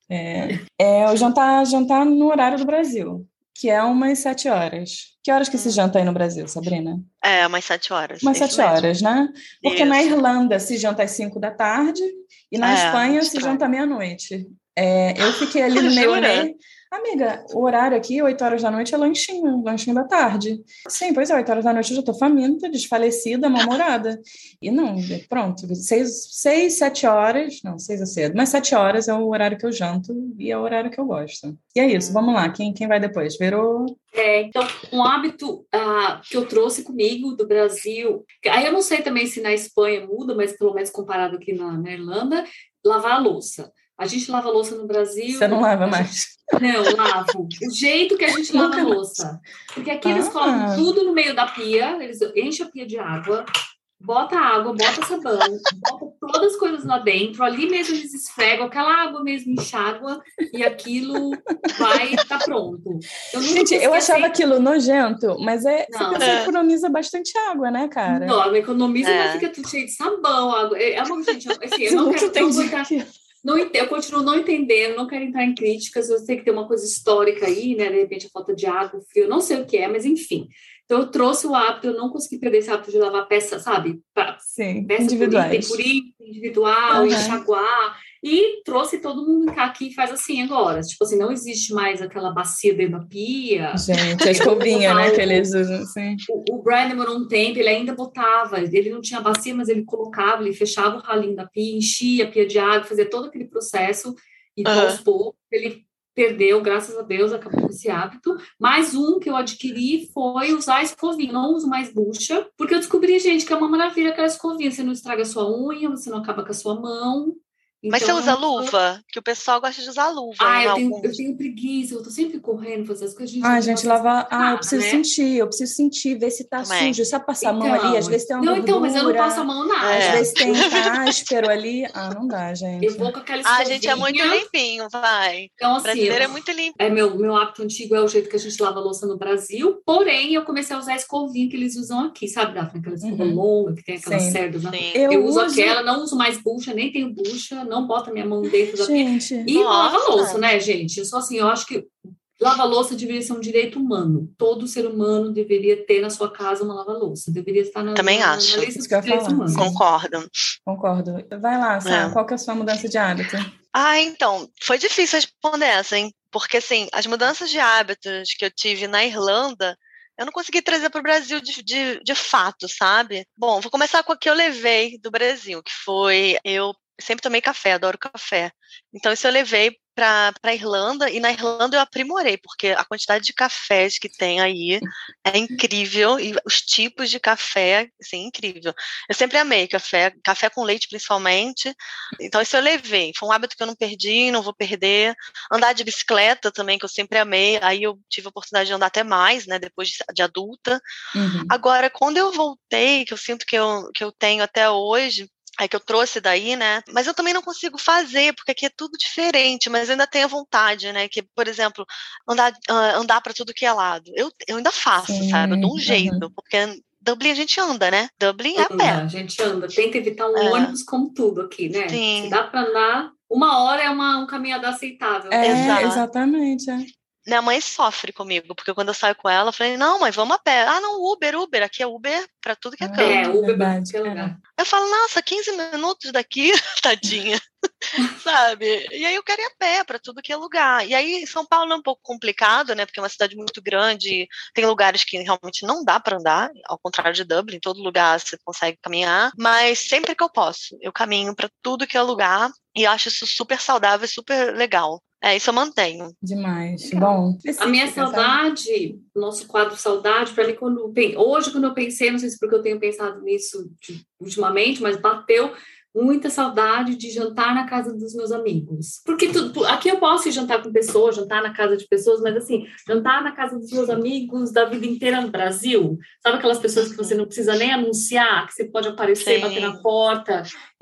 é, é o jantar, jantar no horário do Brasil, que é umas sete horas. Que horas que se janta aí no Brasil, Sabrina? É, umas sete horas. Umas sete horas, né? Porque Isso. na Irlanda se janta às cinco da tarde e na É, Espanha se estranho. janta à meia-noite. É, eu fiquei ali no meio, meio. Amiga, o horário aqui, oito horas da noite, é lanchinho, lanchinho da tarde. Sim, pois é, oito horas da noite eu já tô faminta, desfalecida, mal-humorada. E não, pronto, seis, seis, sete horas, não, seis é cedo, mas sete horas é o horário que eu janto e é o horário que eu gosto. E é isso, vamos lá, quem, quem vai depois? Verô? É, então, um hábito ah, que eu trouxe comigo do Brasil, aí eu não sei também se na Espanha muda, mas pelo menos comparado aqui na, na Irlanda, lavar a louça. A gente lava a louça no Brasil... Você não lava gente, mais? Não, lavo. O jeito que a gente lava a louça. Porque aqui eles ah. colocam tudo no meio da pia, eles enchem a pia de água, bota água, bota sabão, bota todas as coisas lá dentro, ali mesmo eles esfregam, aquela água mesmo enxágua e aquilo vai tá pronto. Eu Gente, eu achava aquilo nojento, mas é, não, você é. economiza bastante água, né, cara? Não, economiza, é. mas fica tudo cheio de sabão, água. É uma gente, assim, eu não quero não aguentar, não, eu continuo não entendendo, não quero entrar em críticas, eu sei que tem uma coisa histórica aí, né, de repente a falta de água, frio, não sei o que é, mas enfim. Então, eu trouxe o hábito, eu não consegui perder esse hábito de lavar peça, sabe? Pra, Sim, peça individuais. Por item, por item, individual, uhum. enxaguar. E trouxe todo mundo cá aqui e faz assim agora. Tipo assim, não existe mais aquela bacia dentro da pia. Gente, a escovinha, né, que eles usam, assim. O, o Brian demorou um tempo, ele ainda botava, ele não tinha bacia, mas ele colocava, ele fechava o ralinho da pia, enchia a pia de água, fazia todo aquele processo. E uhum. aos poucos, ele... perdeu, graças a Deus, acabou com esse hábito. Mais um que eu adquiri foi usar a escovinha. Não uso mais bucha, porque eu descobri, gente, que é uma maravilha aquela escovinha. Você não estraga a sua unha, você não acaba com a sua mão. Mas então, você usa luva? Que o pessoal gosta de usar luva. Ah, eu tenho, eu tenho preguiça, eu tô sempre correndo, fazer as coisas. Ah, gente, lavar... Ah, eu preciso né? sentir, eu preciso sentir, ver se tá Também. sujo. Só passar então, a mão ali, às vezes tem uma não, gordura. Não, então, mas eu não passo a mão nada. É. Às vezes tem tá áspero ali. Ah, não dá, gente. Eu vou com aquela escovinha. Ah, gente, é muito limpinho, vai. Então, assim, brasileiro é muito limpo. É, meu, meu hábito antigo é o jeito que a gente lava a louça no Brasil, porém, eu comecei a usar a escovinha que eles usam aqui, sabe, Daphne? Aquela escova uhum. longa, que tem aquelas Sim. cerdas. Né? Eu, eu uso uso aquela, não uso mais bucha, nem tenho bucha, não boto a minha mão dentro da gente. E lava louça, né, gente? Eu sou assim, eu acho que lava-louça deveria ser um direito humano. Todo ser humano deveria ter na sua casa uma lava-louça. Deveria estar na, Também na, acho. na lista dos direitos humanos. Concordo. Concordo. Vai lá, Sá, é. qual que é a sua mudança de hábito? Ah, então, foi difícil responder essa, hein? Porque, assim, as mudanças de hábitos que eu tive na Irlanda, eu não consegui trazer para o Brasil de, de, de fato, sabe? Bom, vou começar com a que eu levei do Brasil, que foi, eu sempre tomei café, adoro café. Então, isso eu levei para a Irlanda, e na Irlanda eu aprimorei, porque a quantidade de cafés que tem aí é incrível, e os tipos de café, assim, incrível. Eu sempre amei café, café com leite principalmente, então isso eu levei, foi um hábito que eu não perdi, não vou perder. Andar de bicicleta também, que eu sempre amei, aí eu tive a oportunidade de andar até mais, né, depois de, de adulta. Uhum. Agora, quando eu voltei, que eu sinto que eu, que eu tenho até hoje, é que eu trouxe daí, né? Mas eu também não consigo fazer, porque aqui é tudo diferente, mas eu ainda tenho a vontade, né? Que, por exemplo, andar, uh, andar para tudo que é lado. Eu, eu ainda faço, Sim, sabe? Eu dou um jeito, uhum. porque Dublin a gente anda, né? Dublin é a pé. A gente anda, tenta evitar um é. ônibus como tudo aqui, né? Sim. Se dá para andar, uma hora é uma, um caminhada aceitável. É, Exato. exatamente, é. Minha mãe sofre comigo, porque quando eu saio com ela, eu falei, não, mãe, vamos a pé. Ah, não, Uber, Uber, aqui é Uber pra tudo que é canto. É, Uber pra qualquer lugar. Eu falo, nossa, quinze minutos daqui, tadinha, sabe? E aí eu quero ir a pé pra tudo que é lugar. E aí São Paulo é um pouco complicado, né, porque é uma cidade muito grande, tem lugares que realmente não dá pra andar, ao contrário de Dublin, em todo lugar você consegue caminhar, mas sempre que eu posso, eu caminho pra tudo que é lugar, e eu acho isso super saudável e super legal. É, isso eu mantenho. Demais. Bom. A minha saudade, o nosso quadro saudade, para mim, quando hoje, quando eu pensei, não sei se porque eu tenho pensado nisso de, ultimamente, mas bateu, muita saudade de jantar na casa dos meus amigos. Porque tu, aqui eu posso ir jantar com pessoas, jantar na casa de pessoas, mas assim, jantar na casa dos meus amigos da vida inteira no Brasil, sabe aquelas pessoas que você não precisa nem anunciar, que você pode aparecer, Sim. bater na porta,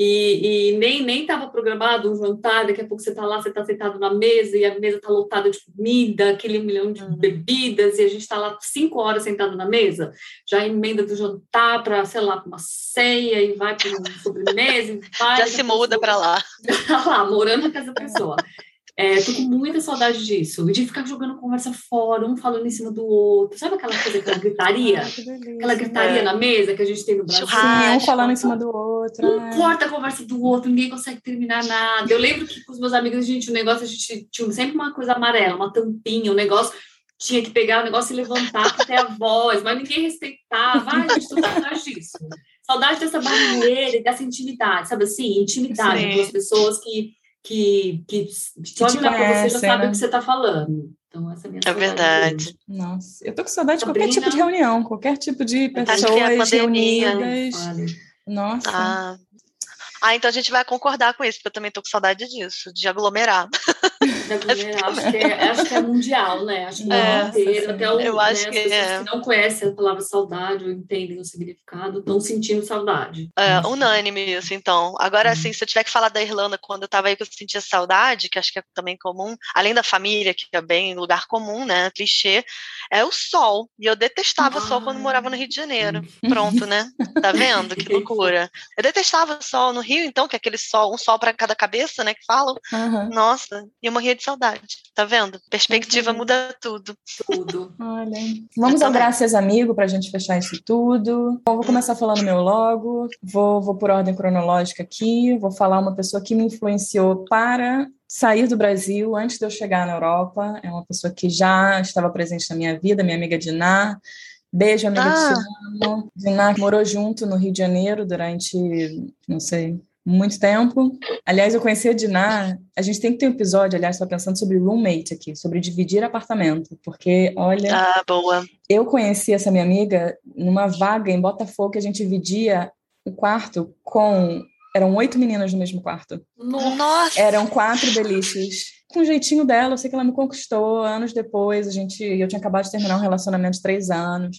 e, e nem nem estava programado um jantar, daqui a pouco você está lá, você está sentado na mesa, e a mesa está lotada de comida, aquele milhão de uhum. bebidas, e a gente está lá cinco horas sentado na mesa, já emenda do jantar para, sei lá, uma ceia, e vai para uma sobremesa, Vai, já se muda para lá. lá, morando na casa da pessoa. É, tô com muita saudade disso. E de ficar jogando conversa fora, um falando em cima do outro. Sabe aquela coisa, aquela gritaria? Ah, aquela gritaria é. na mesa que a gente tem no Brasil? Sim, um falando em cima do outro. Um é. corta a conversa do outro, ninguém consegue terminar nada. Eu lembro que com os meus amigos, a gente, o negócio, a gente tinha sempre uma coisa amarela, uma tampinha, um negócio... Tinha que pegar o negócio e levantar até a voz, mas ninguém respeitava. Ai, gente, tô com saudade disso. Saudade dessa barreira, dessa intimidade, sabe assim? Intimidade Sim. com as pessoas que, que, que, que só de olhar para você já sabem né? o que você está falando. Então, essa é a minha É verdade. Hoje. Nossa, eu tô com saudade de Sabrina, qualquer tipo de reunião, qualquer tipo de pessoas reunidas. Vale. Nossa. Ah. ah, então a gente vai concordar com isso, porque eu também tô com saudade disso, de aglomerar. De aglomerar, acho que, é, acho que é mundial, né? Acho que é, inteiro, até o, eu né, acho as que pessoas é. que não conhecem a palavra saudade ou entendem o significado, estão sentindo saudade. É, unânime isso, então. Agora, hum. assim, se eu tiver que falar da Irlanda, quando eu tava aí que eu sentia saudade, que acho que é também comum, além da família, que é bem lugar comum, né, clichê, é o sol. E eu detestava o sol quando morava no Rio de Janeiro. Pronto, né? Tá vendo? Que loucura. Eu detestava o sol no Rio, então, que é aquele sol, um sol para cada cabeça, né, que falam. Uhum. Nossa, e eu morria de saudade. Tá vendo? Perspectiva uhum. muda tudo. Tudo. Olha. Vamos ao Graças Amigo pra gente fechar isso tudo. Bom, vou começar falando meu logo. Vou, vou por ordem cronológica aqui. Vou falar uma pessoa que me influenciou para sair do Brasil antes de eu chegar na Europa. É uma pessoa que já estava presente na minha vida, minha amiga Diná. Beijo, amiga, ah. te amo. Diná morou junto no Rio de Janeiro durante, não sei, muito tempo. Aliás, eu conheci a Diná, a gente tem que ter um episódio, aliás, só pensando sobre roommate aqui, sobre dividir apartamento, porque, olha... Ah, boa. Eu conheci essa minha amiga numa vaga em Botafogo, que a gente dividia o quarto com... Eram oito meninas no mesmo quarto. Nossa! Eram quatro beliches. Com o jeitinho dela, eu sei que ela me conquistou. Anos depois, a gente, eu tinha acabado de terminar um relacionamento de três anos.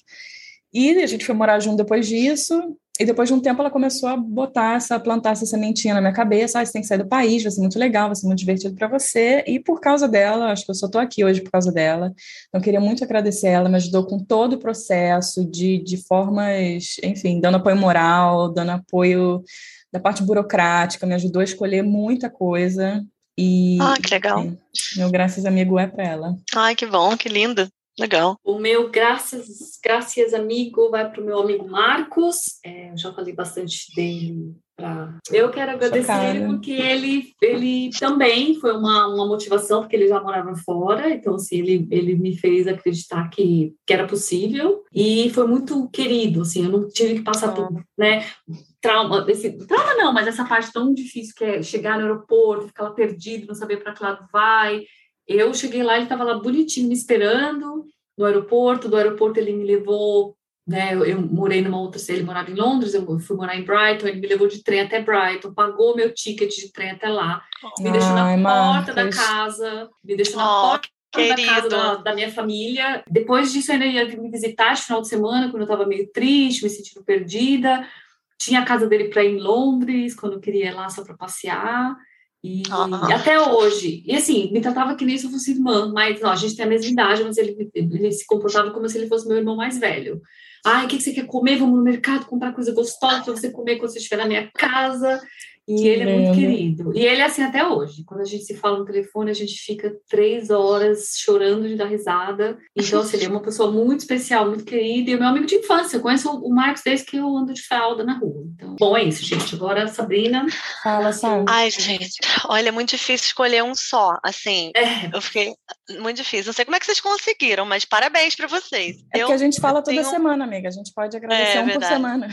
E a gente foi morar junto depois disso. E depois de um tempo ela começou a botar essa, plantar essa sementinha na minha cabeça. Ah, você tem que sair do país, vai ser muito legal, vai ser muito divertido para você. E por causa dela, acho que eu só estou aqui hoje por causa dela. Então, eu queria muito agradecer ela, me ajudou com todo o processo, de, de formas, enfim, dando apoio moral, dando apoio da parte burocrática, me ajudou a escolher muita coisa. E, ah, que legal. Enfim, meu graças amigo é para ela. Ai, que bom, que lindo. Legal. O meu graças, graças amigo vai para o meu amigo Marcos. É, eu já falei bastante dele. Pra... Eu quero agradecer Chocada. ele porque ele, ele também foi uma, uma motivação, porque ele já morava fora. Então, assim, ele, ele me fez acreditar que, que era possível. E foi muito querido, assim, eu não tive que passar oh. por, né, trauma. Esse, trauma não, mas essa parte tão difícil que é chegar no aeroporto, ficar lá perdido, não saber para que lado vai. Eu cheguei lá, ele estava lá bonitinho me esperando no aeroporto. Do aeroporto ele me levou, né? Eu, eu morei numa outra, ele morava em Londres, eu fui morar em Brighton, ele me levou de trem até Brighton, pagou meu ticket de trem até lá, me deixou Ai, na Marcos. porta da casa, me deixou na oh, porta querido. da casa da, da minha família. Depois disso, eu ainda ia me visitar de final de semana, quando eu estava meio triste, me sentindo perdida. Tinha a casa dele para ir em Londres, quando eu queria ir lá só para passear. E ah. até hoje, e assim, me tratava que nem se eu fosse irmã, mas ó, a gente tem a mesma idade, mas ele, ele se comportava como se ele fosse meu irmão mais velho. Ai, o que, que você quer comer? Vamos no mercado comprar coisa gostosa para você comer quando você estiver na minha casa. E que ele lindo. É muito querido. E ele é assim até hoje. Quando a gente se fala no telefone, a gente fica três horas chorando de dar risada. Então, assim, ele é uma pessoa muito especial, muito querida. E o meu amigo de infância. Eu conheço o Marcos desde que eu ando de fralda na rua. Então, bom, é isso, gente. Agora, Sabrina. Fala, Sam. Ai, gente. Olha, é muito difícil escolher um só. Assim, é. eu fiquei... Muito difícil. Não sei como é que vocês conseguiram, mas parabéns para vocês. É porque eu, a gente fala toda tenho... semana, amiga. A gente pode agradecer é, um verdade. por semana.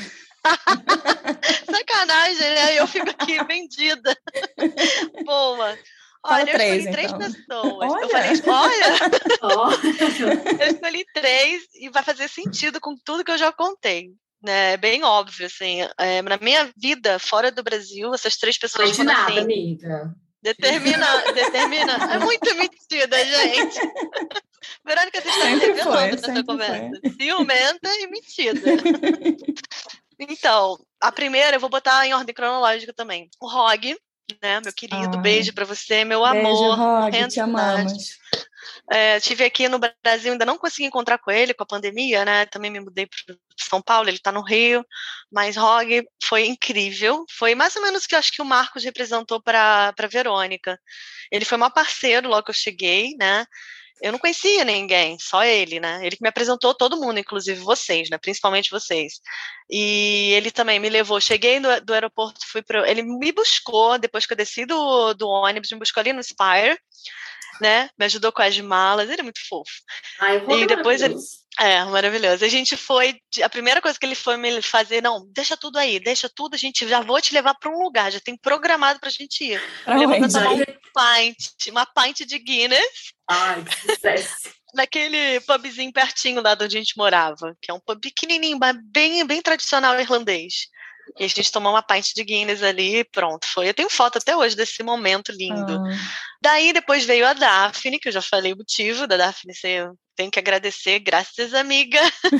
Sacanagem, né? Eu fico aqui vendida. Boa. Olha, eu três, escolhi três então. pessoas. Olha. Eu falei, olha, eu escolhi três e vai fazer sentido com tudo que eu já contei. né? É bem óbvio, assim. É, na minha vida, fora do Brasil, essas três pessoas Não de foram nada, assim. amiga. Determina, determina. É muito mentira, gente. Verônica, você está Sempre se revelando foi, nessa sempre conversa. foi. Ciumenta e mentira. Então, a primeira eu vou botar em ordem cronológica também. O Rog, né, meu querido, Ai. beijo pra você, meu Beijo, amor. Rog, morrendo te de saudade. amamos. É, estive aqui no Brasil, ainda não consegui encontrar com ele, com a pandemia, né? Também me mudei para São Paulo, ele está no Rio. Mas Rog foi incrível. Foi mais ou menos o que eu acho que o Marcos representou para a Verônica. Ele foi meu parceiro logo que eu cheguei, né? Eu não conhecia ninguém, só ele, né? Ele que me apresentou todo mundo, inclusive vocês, né? Principalmente vocês. E ele também me levou. Cheguei do, do aeroporto, fui para. Ele me buscou depois que eu desci do, do ônibus, me buscou ali no Spire, né? Me ajudou com as malas. Ele é muito fofo. Ai, o Rog E é depois ele. maravilhoso. É, maravilhoso. A gente foi. A primeira coisa que ele foi me fazer, não, deixa tudo aí, deixa tudo, a gente já vou te levar para um lugar, já tem programado pra gente ir. Pra Me levou pra onde? tomar um Aí- pint, uma pint de Guinness. Ai, que sucesso. Naquele pubzinho pertinho lá de onde a gente morava, que é um pub pequenininho, mas bem, bem tradicional irlandês. E a gente tomou uma pint de Guinness ali e pronto, foi. Eu tenho foto até hoje desse momento lindo. Ah, Daí depois veio a Daphne, que eu já falei o motivo da Daphne ser... Tenho que agradecer, graças, amiga.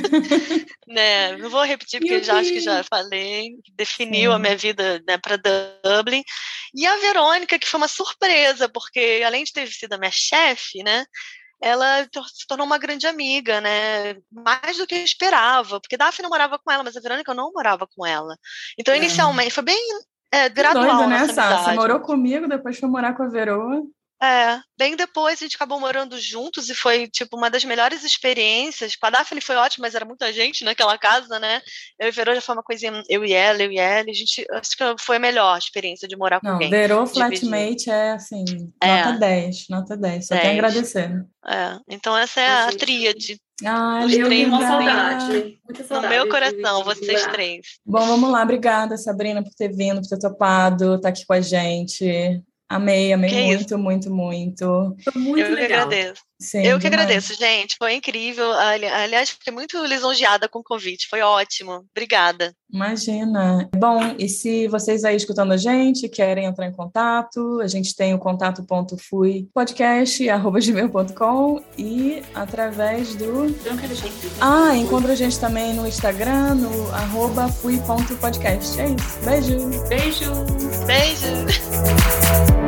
Né? Não vou repetir, porque Meu já acho que Deus. já falei. Definiu Sim. a minha vida, né, para Dublin. E a Verônica, que foi uma surpresa, porque além de ter sido a minha chefe, né? Ela tor- se tornou uma grande amiga, né? Mais do que eu esperava, porque Daphne não morava com ela, mas a Verônica eu não morava com ela. Então, É. inicialmente, foi bem é, que gradual doido, a né, nossa Sá? Você amizade. morou comigo, depois foi morar com a Verô. É, bem depois a gente acabou morando juntos e foi, tipo, uma das melhores experiências. Com a Daphne foi ótimo, mas era muita gente naquela casa, né? Eu e Verô já foi uma coisinha, eu e ela, eu e ela, a gente, acho que foi a melhor experiência de morar com Não, alguém. Verô dividir. Flatmate é assim, É. nota dez, nota dez. Só tenho a dez. agradecer. É, então essa é Ai, a gente, tríade. Ai, Os Eu tenho uma três, saudade. Muita No saudade. meu de- coração, de- de vocês morar. três. Bom, vamos lá. Obrigada, Sabrina, por ter vindo, por ter topado, estar aqui com a gente. Amei, amei Que muito, muito, muito. Foi muito Eu que legal. agradeço. Sim, Eu que demais. agradeço, gente. Foi incrível. Ali- Aliás, fiquei muito lisonjeada com o convite. Foi ótimo. Obrigada. Imagina. Bom, e se vocês aí escutando a gente querem entrar em contato, a gente tem o contato ponto fui podcast arroba gmail ponto com e através do... Eu não quero deixar aqui. Ah, encontra a gente também no Instagram, no arroba fui ponto podcast. É isso. Beijo! Beijo. Beijo.